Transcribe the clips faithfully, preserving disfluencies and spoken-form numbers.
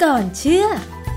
ก่อนเชื่อ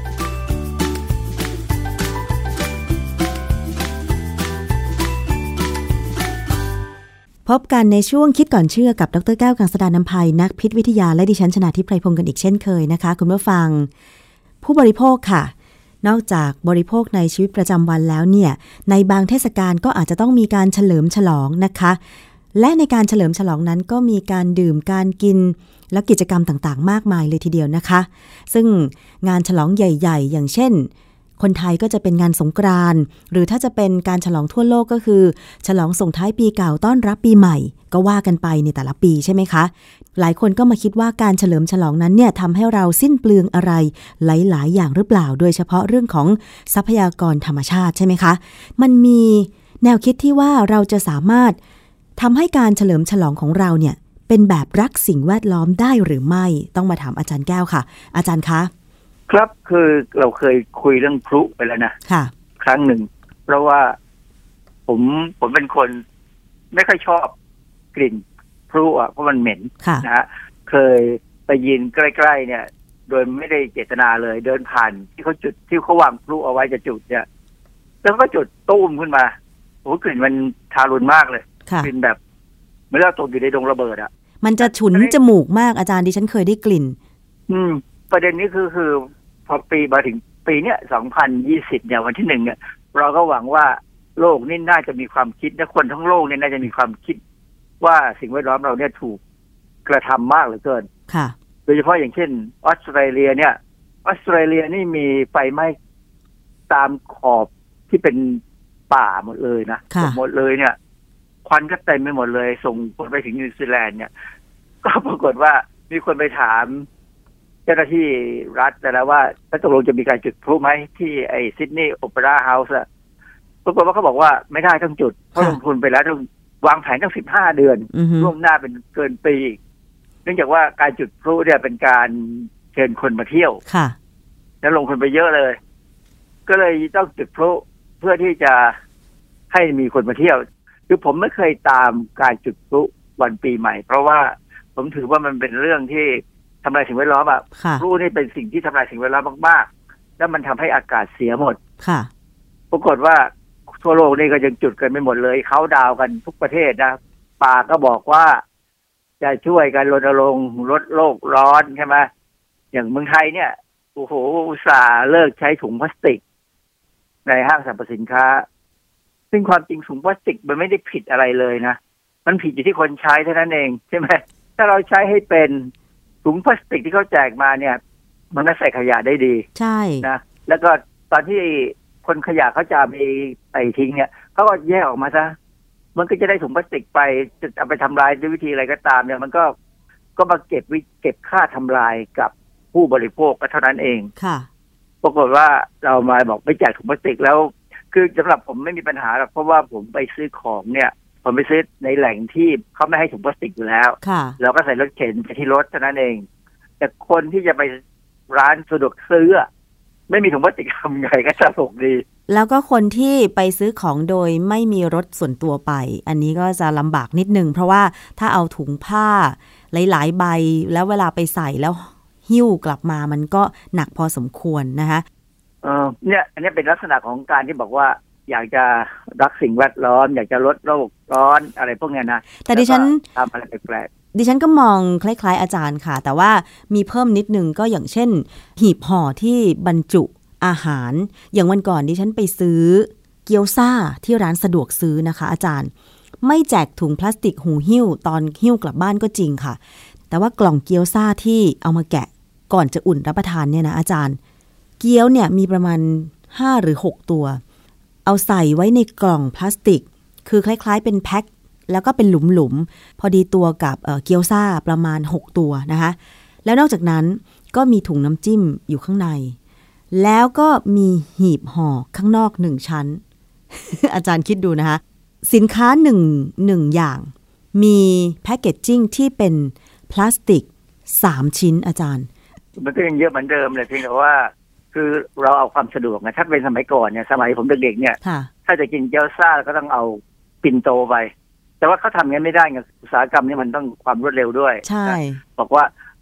พบกันในช่วงคิดก่อนเชื่อกับดรแก้วกังสดาลอำไพนักพิษวิทยาและดิฉันชนาธิปไพพงศ์กันอีกเช่นเคยนะคะคุณผู้ฟังผู้บริโภคค่ะนอกจากบริโภคในชีวิตประจำวันแล้วเนี่ยในบางเทศกาลก็อาจจะต้องมีการเฉลิมฉลองนะคะและในการเฉลิมฉลองนั้นก็มีการดื่มการกินและกิจกรรมต่างๆมากมายเลยทีเดียวนะคะซึ่งงานฉลองใหญ่ๆอย่างเช่นคนไทยก็จะเป็นงานสงกรานต์หรือถ้าจะเป็นการฉลองทั่วโลกก็คือฉลองส่งท้ายปีเก่าต้อนรับปีใหม่ก็ว่ากันไปในแต่ละปีใช่ไหมคะหลายคนก็มาคิดว่าการเฉลิมฉลองนั้นเนี่ยทำให้เราสิ้นเปลืองอะไรหลายๆอย่างหรือเปล่าโดยเฉพาะเรื่องของทรัพยากรธรรมชาติใช่ไหมคะมันมีแนวคิดที่ว่าเราจะสามารถทำให้การเฉลิมฉลองของเราเนี่ยเป็นแบบรักสิ่งแวดล้อมได้หรือไม่ต้องมาถามอาจารย์แก้วค่ะอาจารย์คะครับคือเราเคยคุยเรื่องพลุไปแล้วนะค่ะครั้งหนึ่งเพราะว่าผมผมเป็นคนไม่ค่อยชอบกลิ่นพลุอ่ะเพราะมันเหม็นนะฮะเคยไปยืนใกล้ๆเนี่ยโดยไม่ได้เจตนาเลยเดินผ่านที่เขาจุดที่เขาวางพลุเอาไว้จะจุดเนี่ยแล้วก็จุดตุ้มขึ้นมาโอ้กลิ่นมันทารุณมากเลยกลิ่นแบบเหมือนเราตกอยู่ในดงระเบิดอ่ะมันจะฉุนจมูกมากอาจารย์ดิฉันเคยได้กลิ่นอืมประเด็นนี้คือคือพอปีมาถึงปีเนี้ยสองพันยี่สิบเนี่ยวันที่หนึ่งเนี่ยเราก็หวังว่าโลกนี่น่าจะมีความคิดและคนทั้งโลกเนี่ยน่าจะมีความคิดว่าสิ่งแวดล้อมเราเนี่ยถูกกระทำมากเหลือเกินค่ะโดยเฉพาะอย่างเช่นออสเตรเลียเนี่ยออสเตรเลียนี่มีไฟไหม้ตามขอบที่เป็นป่าหมดเลยนะหมดเลยเนี่ยควันก็เต็มไปหมดเลยส่งผลไปถึงนิวซีแลนด์เนี่ยก็ปรากฏว่ามีคนไปถามเจ้าหน้าที่รัฐแต่ละว่าถ้าตกลงจะมีการจุดพลุไหมที่ไอ้ซิดนีย์โอเปร่าเฮาส์อะปรากฏว่าเขาบอกว่าไม่ได้ต้องจุดเพราะลงทุนไปแล้วต้องวางแผนตั้งสิบห้าเดือนล่วงหน้าเป็นเกินปีเนื่องจากว่าการจุดพลุเนี่ยเป็นการเชิญคนมาเที่ยวค่ะแล้วลงทุนไปเยอะเลยก็เลยต้องจุดพลุเพื่อที่จะให้มีคนมาเที่ยวคือผมไม่เคยตามการจุดพลุวันปีใหม่เพราะว่าผมถือว่ามันเป็นเรื่องที่ทำลายสิ่งแวดล้อมอ่ะพลุนี่เป็นสิ่งที่ทำลายสิ่งแวดล้อมมากๆแล้วมันทำให้อากาศเสียหมดค่ะปรากฏว่าทั่วโลกนี่ก็ยังจุดกันไม่หมดเลยเขาดาวกันทุกประเทศนะป่าก็บอกว่าจะช่วยกันรณรงค์ลดโลกร้อนใช่ไหมอย่างเมืองไทยเนี่ยโอ้โหอุตส่าห์เลิกใช้ถุงพลาสติกในห้างสรรพสินค้าซึ่งความจริงถุงพลาสติกมันไม่ได้ผิดอะไรเลยนะมันผิดอยู่ที่คนใช้เท่านั้นเองใช่ไหมถ้าเราใช้ให้เป็นถุงพลาสติกที่เขาแจกมาเนี่ยมันก็ใส่ขยะได้ดีใช่นะแล้วก็ตอนที่คนขยะเขาจะไปไปทิ้งเนี่ยเขาก็แยกออกมาซะมันก็จะได้ถุงพลาสติกไปจะเอาไปทำลายด้วยวิธีอะไรก็ตามเนี่ยมันก็ก็มาเก็บวิเก็บค่าทำลายกับผู้บริโภคก็เท่านั้นเองค่ะปรากฏว่าเรามาบอกไม่แจกถุงพลาสติกแล้วคือสำหรับผมไม่มีปัญหาหรอกเพราะว่าผมไปซื้อของเนี่ยผมไปซื้อในแหล่งที่เขาไม่ให้ถุงพลาสติกอยู่แล้วเราก็ใส่รถเข็นไปที่รถเท่านั้นเองแต่คนที่จะไปร้านสะดวกซื้อไม่มีถุงพลาสติกทำไงก็สนุกดีแล้วก็คนที่ไปซื้อของโดยไม่มีรถส่วนตัวไปอันนี้ก็จะลำบากนิดนึงเพราะว่าถ้าเอาถุงผ้าหลายๆใบแล้วเวลาไปใส่แล้วหิ้วกลับมามันก็หนักพอสมควรนะคะเออเนี่ยอันนี้เป็นลักษณะของการที่บอกว่าอยากจะรักสิ่งแวดล้อมอยากจะลดโลกร้อนอะไรพวกนี้นะแต่ดิฉันทำอะไรแปลกดิฉันก็มองคล้ายๆอาจารย์ค่ะแต่ว่ามีเพิ่มนิดนึงก็อย่างเช่นหีบห่อที่บรรจุอาหารอย่างวันก่อนดิฉันไปซื้อเกี๊ยวซ่าที่ร้านสะดวกซื้อนะคะอาจารย์ไม่แจกถุงพลาสติกหูหิ้วตอนหิ้วกลับบ้านก็จริงค่ะแต่ว่ากล่องเกี๊ยวซ่าที่เอามาแกะก่อนจะอุ่นรับประทานเนี่ยนะอาจารย์เกี๊ยวเนี่ยมีประมาณห้าหรือหกตัวเอาใส่ไว้ในกล่องพลาสติกคือคล้ายๆเป็นแพ็คแล้วก็เป็นหลุมๆพอดีตัวกับเอ่อเกี๊ยวซ่าประมาณหกตัวนะคะแล้วนอกจากนั้นก็มีถุงน้ำจิ้มอยู่ข้างในแล้วก็มีหีบห่อข้างนอกหนึ่งชั้น อาจารย์คิดดูนะคะสินค้าหนึ่งหนึ่งอย่างมีแพคเกจจิ้งที่เป็นพลาสติกสามชิ้นอาจารย์มันก็ยังเยอะเหมือนเดิมเลยเพียงแต่ว่าคือเราเอาความสะดวกนะถ้าเป็นสมัยก่อนเนี่ยสมัยผมเด็กๆเนี่ยถ้าจะกินเกี๊ยวซ่าก็ต้องเอาปิ่นโตไปแต่ว่าเขาทำงั้นไม่ได้ไงอุตสาหกรรมนี้มันต้องความรวดเร็วด้วยใช่บอกว่า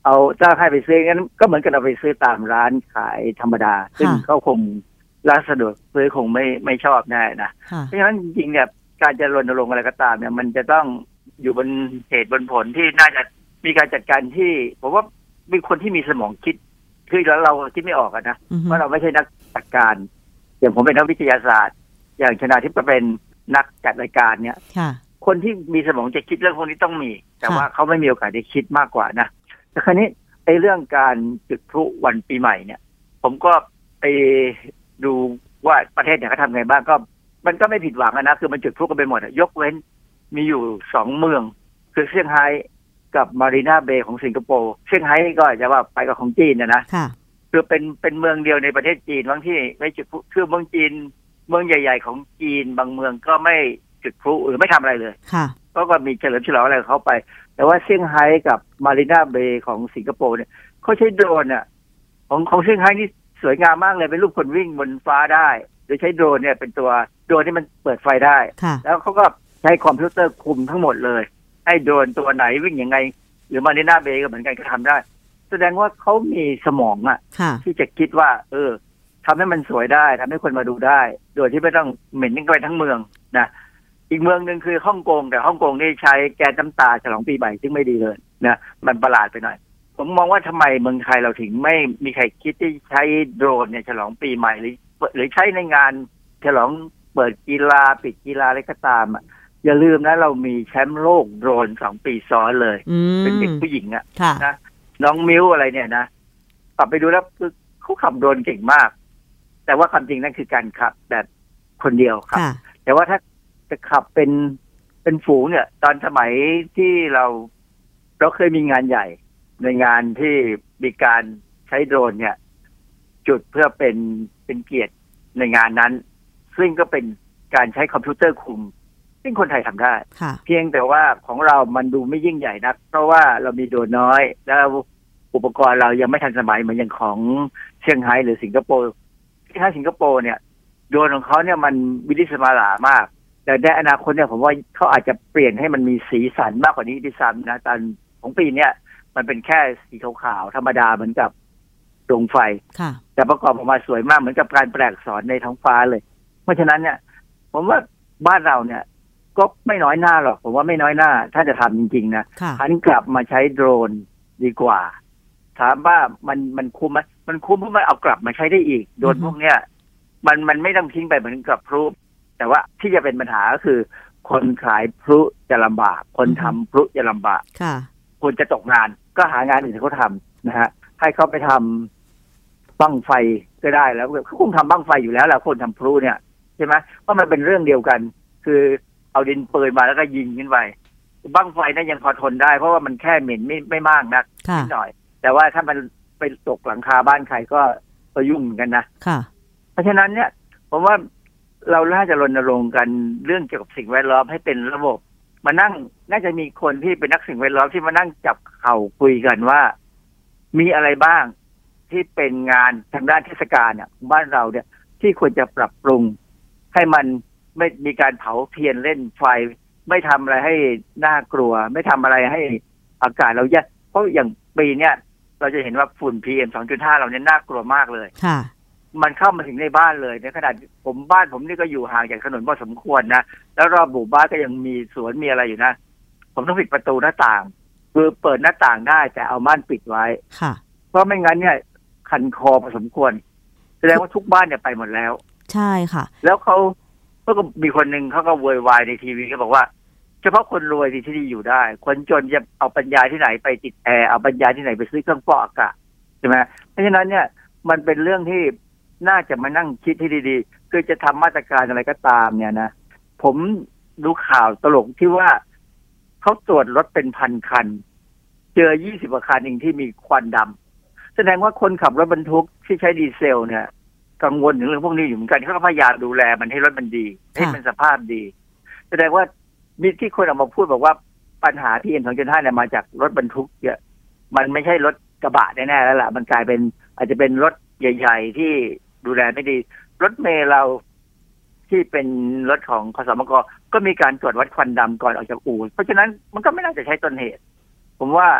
เอาถ้าให้ไปซื้องั้นก็เหมือนกับเราไปซื้อตามร้านขายธรรมดาซึ่งเขาคงร้านสะดวกซื้อคงไม่ไม่ชอบแน่นะเพราะฉะนั้นจริงๆเนี่ยการจะรณรงค์อะไรก็ตามเนี่ยมันจะต้องอยู่บนเหตุบนผลที่น่าจะมีการจัดการที่ผมว่ามีคนที่มีสมองคิดคือแล้วเราคิดไม่ออกนะเพราะเราไม่ใช่นักจัดการอย่างผมเป็นนักวิทยาศาสตร์อย่างชนาทิพย์ก็เป็นนักจัดรายการเนี่ยคนที่มีสมองจะคิดเรื่องพวกนี้ต้องมีแต่ว่าเขาไม่มีโอกาสได้คิดมากกว่านะแต่คราวนี้ไอ้เรื่องการจุดพลุวันปีใหม่เนี่ยผมก็ไปดูว่าประเทศเนี่ยเขาทำไงบ้างก็มันก็ไม่ผิดหวังนะคือมันจุดพลุกันไปหมดยกเว้นมีอยู่สองเมืองคือเซี่ยงไฮ้กับมารีนาเบย์ของสิงคโปร์เซี่ยงไฮ้ก็จะว่าไปกับของจีนนะนะคือเป็นเป็นเมืองเดียวในประเทศจีนบางที่ไม่จุดพลุคือเมืองจีนเมืองใหญ่ๆของจีนบางเมืองก็ไม่จุดพลุหรือไม่ทำอะไรเลยก็ก็มีเฉลิมฉลองอะไรเขาไปแต่ว่าเซี่ยงไฮ้กับมารีนาเบย์ของสิงคโปร์เนี่ยเขาใช้โดรนอ่ะของของเซี่ยงไฮ้นี่สวยงามมากเลยเป็นรูปคนวิ่งบนฟ้าได้โดยใช้โดรนเนี่ยเป็นตัวโดรนที่มันเปิดไฟได้แล้วเขาก็ใช้คอมพิวเตอร์คุมทั้งหมดเลยให้โดรนตัวไหนวิ่งยังไงหรือมารีนาเบย์ก็เหมือนกันก็ทำได้แสดงว่าเขามีสมองอ่ะที่จะคิดว่าเออทำให้มันสวยได้ทำให้คนมาดูได้โดยที่ไม่ต้องเหม็นกันไปทั้งเมืองนะอีกเมืองหนึ่งคือฮ่องกงแต่ฮ่องกงนี่ใช้แก๊สน้ำตาฉลองปีใหม่ซึ่งไม่ดีเลยนะมันประหลาดไปหน่อยผมมองว่าทำไมเมืองไทยเราถึงไม่มีใครคิดที่ใช้โดรนเนี่ยฉลองปีใหม่หรือหรือใช้ในงานฉลองเปิดกีฬาปิดกีฬาอะไรก็ตามอ่ะอย่าลืมนะเรามีแชมป์โลกโดรนสองปีซ้อนเลยเป็นเด็กผู้หญิงอ่ะนะน้องมิ้วอะไรเนี่ยนะกลับไปดูแล้วคือเขาขับโดรนเก่งมากแต่ว่าความจริงนั่นคือการขับแบบคนเดียวครับแต่ว่าถ้าจะขับเป็นเป็นฝูงเนี่ยตอนสมัยที่เราเราเคยมีงานใหญ่ในงานที่มีการใช้โดรนเนี่ยจุดเพื่อเป็นเป็นเกียรติในงานนั้นซึ่งก็เป็นการใช้คอมพิวเตอร์คุมซึ่งคนไทยทำได้เพียงแต่ว่าของเรามันดูไม่ยิ่งใหญ่นักเพราะว่าเรามีโดรนน้อยแล้วอุปกรณ์เรายังไม่ทันสมัยเหมือนอย่างของเซี่ยงไฮ้หรือสิงคโปร์ที่ถ้าสิงคโปร์เนี่ยโดรนของเขาเนี่ยมันวิลิสมาลามากแต่ในอนาคตเนี่ยผมว่าเขาอาจจะเปลี่ยนให้มันมีสีสันมากกว่านี้ด้วยซ้ำนะตอนของปีเนี้ยมันเป็นแค่สีขาวๆธรรมดาเหมือนกับดวงไฟแต่ประกอบออกมาสวยมากเหมือนกับการแปลกสอนในท้องฟ้าเลยเพราะฉะนั้นเนี่ยผมว่าบ้านเราเนี่ยก็ไม่น้อยหน้าหรอกผมว่าไม่น้อยหน้าถ้าจะทำจริงๆนะหันกลับมาใช้โดรนดีกว่าถามว่ามันมันคุ้มไหมมันคุ้มเพราะมันเอากลับมาใช้ได้อีกโดรนพวกเนี้ยมันมันไม่ต้องทิ้งไปเหมือนกับพลุแต่ว่าที่จะเป็นปัญหาก็คือคนขายพลุจะลำบากคนทำพลุจะลำบากคนจะตกงานก็หางานอื่นที่เขาทำนะฮะให้เขาไปทำบั้งไฟก็ได้แล้วเขาคงทำบั้งไฟอยู่แล้วแหละคนทำพลุเนี่ยใช่ไหมเพราะมันเป็นเรื่องเดียวกันคือเอาดินปืนมาแล้วก็ยิงขึ้นไปบั้งไฟนั้นยังพอทนได้เพราะว่ามันแค่เหม็นไม่ไม่มากนักนิดหน่อยแต่ว่าถ้ามันไปตกหลังคาบ้านใครก็ก็ยุ่งเหมือนกันนะเพราะฉะนั้นเนี่ยผมว่าเราน่าจะรณรงค์กันเรื่องเกี่ยวกับสิ่งแวดล้อมให้เป็นระบบมานั่งน่าจะมีคนที่เป็นนักสิ่งแวดล้อมที่มานั่งจับเข่าคุยกันว่ามีอะไรบ้างที่เป็นงานทางด้านเทศกาลเนี่ยบ้านเราเนี่ยที่ควรจะปรับปรุงให้มันไม่มีการเผาเทียนเล่นไฟไม่ทำอะไรให้น่ากลัวไม่ทำอะไรให้อากาศเราแย่เพราะอย่างปีเนี้ยเราจะเห็นว่าฝุ่น พี เอ็ม สองจุดห้า เราเนี่ยน่ากลัวมากเลยค่ะมันเข้ามาถึงในบ้านเลยในขณะผมบ้านผมนี่ก็อยู่ห่างจากถนนพอสมควรนะแล้วรอบหมู่บ้านก็ยังมีสวนมีอะไรอยู่นะผมต้องปิดประตูหน้าต่างคือเปิดหน้าต่างได้แต่เอาม่านปิดไว้ค่ะเพราะไม่งั้นเนี่ยคันคอพอสมควรแสดงว่าทุกบ้านเนี่ยไปหมดแล้วใช่ค่ะแล้วเขาก็มีคนหนึ่งเขาก็โวยวายในทีวีก็บอกว่าเฉพาะคนรวยที่ที่อยู่ได้คนจนจะเอาปัญญาที่ไหนไปติดแอร์เอาปัญญาที่ไหนไปซื้อเครื่องฟอกอากาศใช่ไหมเพราะฉะนั้นเนี่ยมันเป็นเรื่องที่น่าจะมานั่งคิดที่ดีๆคือจะทำมาตรการอะไรก็ตามเนี่ยนะผมดูข่าวตลกที่ว่าเขาตรวจรถเป็นพันคันเจอยี่สิบกว่าคันเองที่มีควันดำแสดงว่าคนขับรถบรรทุกที่ใช้ดีเซลเนี่ยกังวลถึงเรื่องพวกนี้อยู่เหมือนกันเขาก็พยายามดูแลมันให้รถมันดีให้มันสภาพดีแสดงว่ามีที่คนออกมาพูดบอกว่าปัญหาที่ พี เอ็ม สองจุดห้า เนี่ยมาจากรถบรรทุกเนี่ยมันไม่ใช่รถกระบะแน่ๆแล้วล่ะมันกลายเป็นอาจจะเป็นรถใหญ่ๆที่ดูแลไม่ดีรถเมล์เราที่เป็นรถของคสมกก็มีการตรวจวัดควันดำก่อนออกจากอู่เพราะฉะนั้นมันก็ไม่น่าจะใช้ต้นเหตุผมว่าจ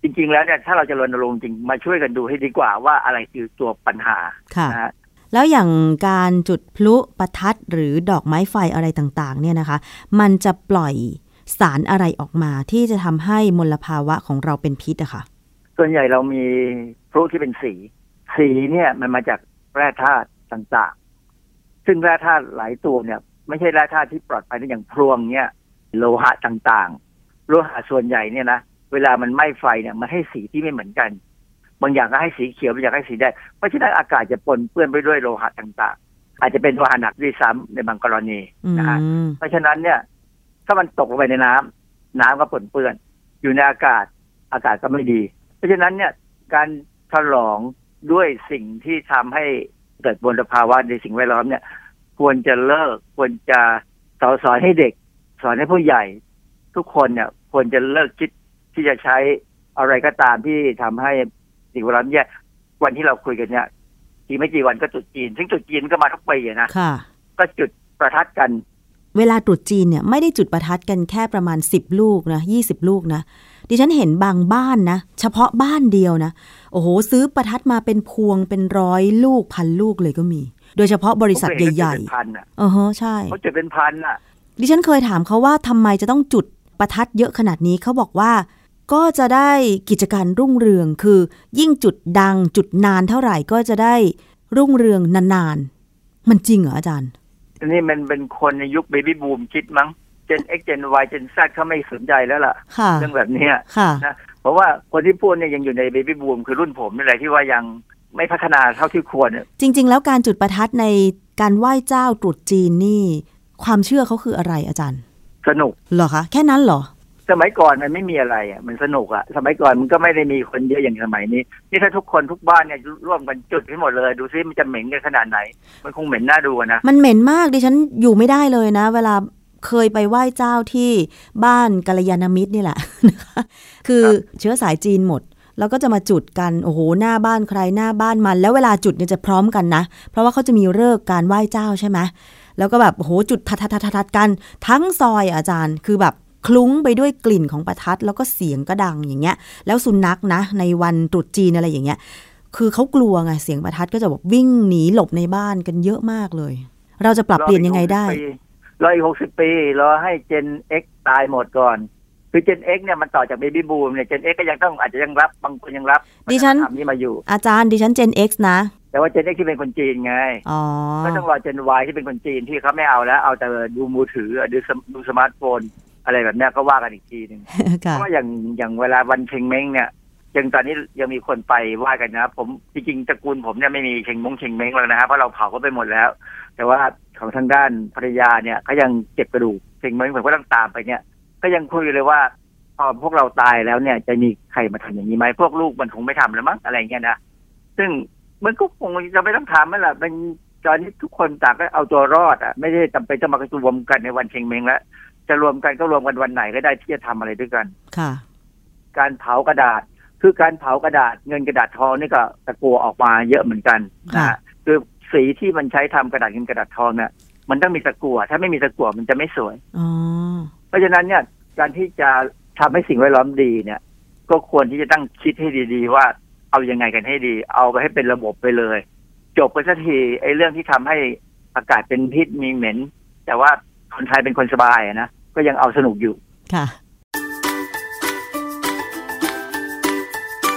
ริงๆแล้วเนี่ยถ้าเราจะรณรงค์จริงมาช่วยกันดูให้ดีกว่าว่าอะไรคือตัวปัญหานะฮะแล้วอย่างการจุดพลุประทัดหรือดอกไม้ไฟอะไรต่างๆเนี่ยนะคะมันจะปล่อยสารอะไรออกมาที่จะทำให้มลภาวะของเราเป็นพิษอะค่ะส่วนใหญ่เรามีพลุที่เป็นสีสีเนี่ยมันมาจากแร่ธาตุต่างๆซึ่งแร่ธาตุหลายตัวเนี่ยไม่ใช่แร่ธาตุที่ปลอดภัยอย่างพลวงเนี่ยโลหะต่างๆโลหะส่วนใหญ่เนี่ยนะเวลามันไหม้ไฟเนี่ยมันให้สีที่ไม่เหมือนกันบางอย่างก็ให้สีเขียวบางอย่างให้สีแดงเพราะฉะนั้นอากาศจะปนเปื้อนไปด้วยโลหะต่างๆอาจจะเป็นโลหะหนักด้วยซ้ำในบางกรณีนะฮะเพราะฉะนั้นเนี่ยถ้ามันตกลงไปในน้ำน้ำก็ปนเปื้อนอยู่ในอากาศอากาศก็ไม่ดีเพราะฉะนั้นเนี่ยการฉลองด้วยสิ่งที่ทำให้เกิดมลภาวะในสิ่งแวดล้อมเนี่ยควรจะเลิกควรจะสอนสอนให้เด็กสอนให้ผู้ใหญ่ทุกคนเนี่ยควรจะเลิกคิดที่จะใช้อะไรก็ตามที่ทำให้สิ่งแวดล้อมแย่วันที่เราคุยกันเนี่ยอีกไม่กี่วันก็ตรุษจีนซึ่งตรุษจีนก็มาทุกปีนะก็จุดประทัดกันเวลาตรุษจีนเนี่ยไม่ได้จุดประทัดกันแค่ประมาณสิบลูกนะยี่สิบลูกนะดิฉันเห็นบางบ้านนะเฉพาะบ้านเดียวนะโอ้โหซื้อประทัดมาเป็นพวงเป็นร้อยลูกพันลูกเลยก็มีโดยเฉพาะบริษัทใหญ่ๆเออฮะใช่เขาจุดเป็นพันอ่ะดิฉันเคยถามเขาว่าทำไมจะต้องจุดประทัดเยอะขนาดนี้เขาบอกว่าก็จะได้กิจการรุ่งเรืองคือยิ่งจุดดังจุดนานเท่าไหร่ก็จะได้รุ่งเรืองนานๆมันจริงเหรออาจารย์นี่มันเป็นคนในยุคเบบี้บูมคิดมั้งเจน X เจน Y เจน Z เขาไม่สนใจแล้วล่ะเรื่องแบบนี้นะเพราะว่าคนที่พูดเนี่ยยังอยู่ในเบบี้บูมคือรุ่นผมนี่แหละที่ว่ายังไม่พัฒนาเท่าที่ควรจริงๆแล้วการจุดประทัดในการไหว้เจ้าตรุษจีนนี่ความเชื่อเขาคืออะไรอาจารย์สนุกเหรอคะแค่นั้นเหรอสมัยก่อนมันไม่มีอะไรอ่ะมันสนุกอ่ะสมัยก่อนมันก็ไม่ได้มีคนเยอะอย่างสมัยนี้นี่ถ้าทุกคนทุกบ้านเนี่ยร่วมกันจุดให้หมดเลยดูซิมันจะเหม็นกันขนาดไหนมันคงเหม็นน่าดูนะมันเหม็นมากดิฉันอยู่ไม่ได้เลยนะเวลาเคยไปไหว้เจ้าที่บ้านกัลยาณมิตรนี่แหละนะคะคือเชื้อสายจีนหมดแล้วก็จะมาจุดกันโอ้โหหน้าบ้านใครหน้าบ้านมันแล้วเวลาจุดเนี่ยจะพร้อมกันนะเพราะว่าเขาจะมีฤกษ์การไหว้เจ้าใช่ไหมแล้วก็แบบโอ้โหจุดทัดๆๆๆกันทั้งซอยอาจารย์คือแบบคลุ้งไปด้วยกลิ่นของประทัดแล้วก็เสียงก็ดังอย่างเงี้ยแล้วสุนัขนะในวันตรุษจีนอะไรอย่างเงี้ยคือเขากลัวไงเสียงประทัดก็จะแบบวิ่งหนีหลบในบ้านกันเยอะมากเลยเราจะปรับเปลี่ยนยังไงได้รออีกหกสิบปีรอให้ Gen X ตายหมดก่อนคือ Gen X เนี่ยมันต่อจาก Baby Boom เนี่ย Gen X ก็ยังต้องอาจจะยังรับบางคนยังรับดิฉันนี้มาอยู่อาจารย์ดิฉัน Gen X นะแต่ว่า Gen X ที่เป็นคนจีนไงอ๋อก็ต้องรอ Gen Y ที่เป็นคนจีนที่เขาไม่เอาแล้วเอาแต่ดูมือถือดูดูสมาร์ทโฟนอะไรแบบนี้ก็ว่ากันอีกทีนึงเพราะว่าอย่างอย่างเวลาวันเชงเม้งเนี่ยยังตอนนี้ยังมีคนไปไหว้กันนะผมจริงๆตระกูลผมเนี่ยไม่มีเชงมงเชงเม้งแล้วนะฮะเพราะเราเผาก็ไปหมดแล้วแต่ว่าของทางด้านภรรยาเนี่ยเขายังเก็บกระดูกเชงเม้งผมก็ต้องตามไปเนี่ยก็ยังคุยเลยว่าพอพวกเราตายแล้วเนี่ยจะมีใครมาทำอย่างนี้ไหมพวกลูกมันคงไม่ทำแล้วมั้งอะไรเงี้ยนะซึ่งมันก็คงจะไม่ต้องทำนั่นแหละเป็นตอนนี้ทุกคนต่างก็เอาตัวรอดอ่ะไม่ได้จำเป็นจะมารวมกันในวันเชงเม้งแล้วจะรวมกันก็รวมกันวันไหนก็ได้ที่จะทำอะไรด้วยกันค่ะการเผากระดาษคือการเผากระดาษเงินกระดาษทองนี่ก็ตะกัวออกมาเยอะเหมือนกันนะคือสีที่มันใช้ทำกระดาษเงินกระดาษทองเนี่ยมันต้องมีตะกัวถ้าไม่มีตะกัวมันจะไม่สวยเพราะฉะนั้นเนี่ยการที่จะทำให้สิ่งแวดล้อมดีเนี่ยก็ควรที่จะตั้งคิดให้ดีๆว่าเอายังไงกันให้ดีเอาไปให้เป็นระบบไปเลยจบไปสักทีไอ้เรื่องที่ทำให้อากาศเป็นพิษมีเหม็นแต่ว่าคนไทยเป็นคนสบายนะก็ยังเอาสนุกอยู่ค่ะ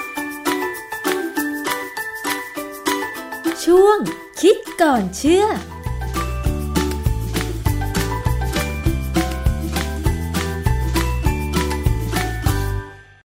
ช่วงคิดก่อนเชื่อ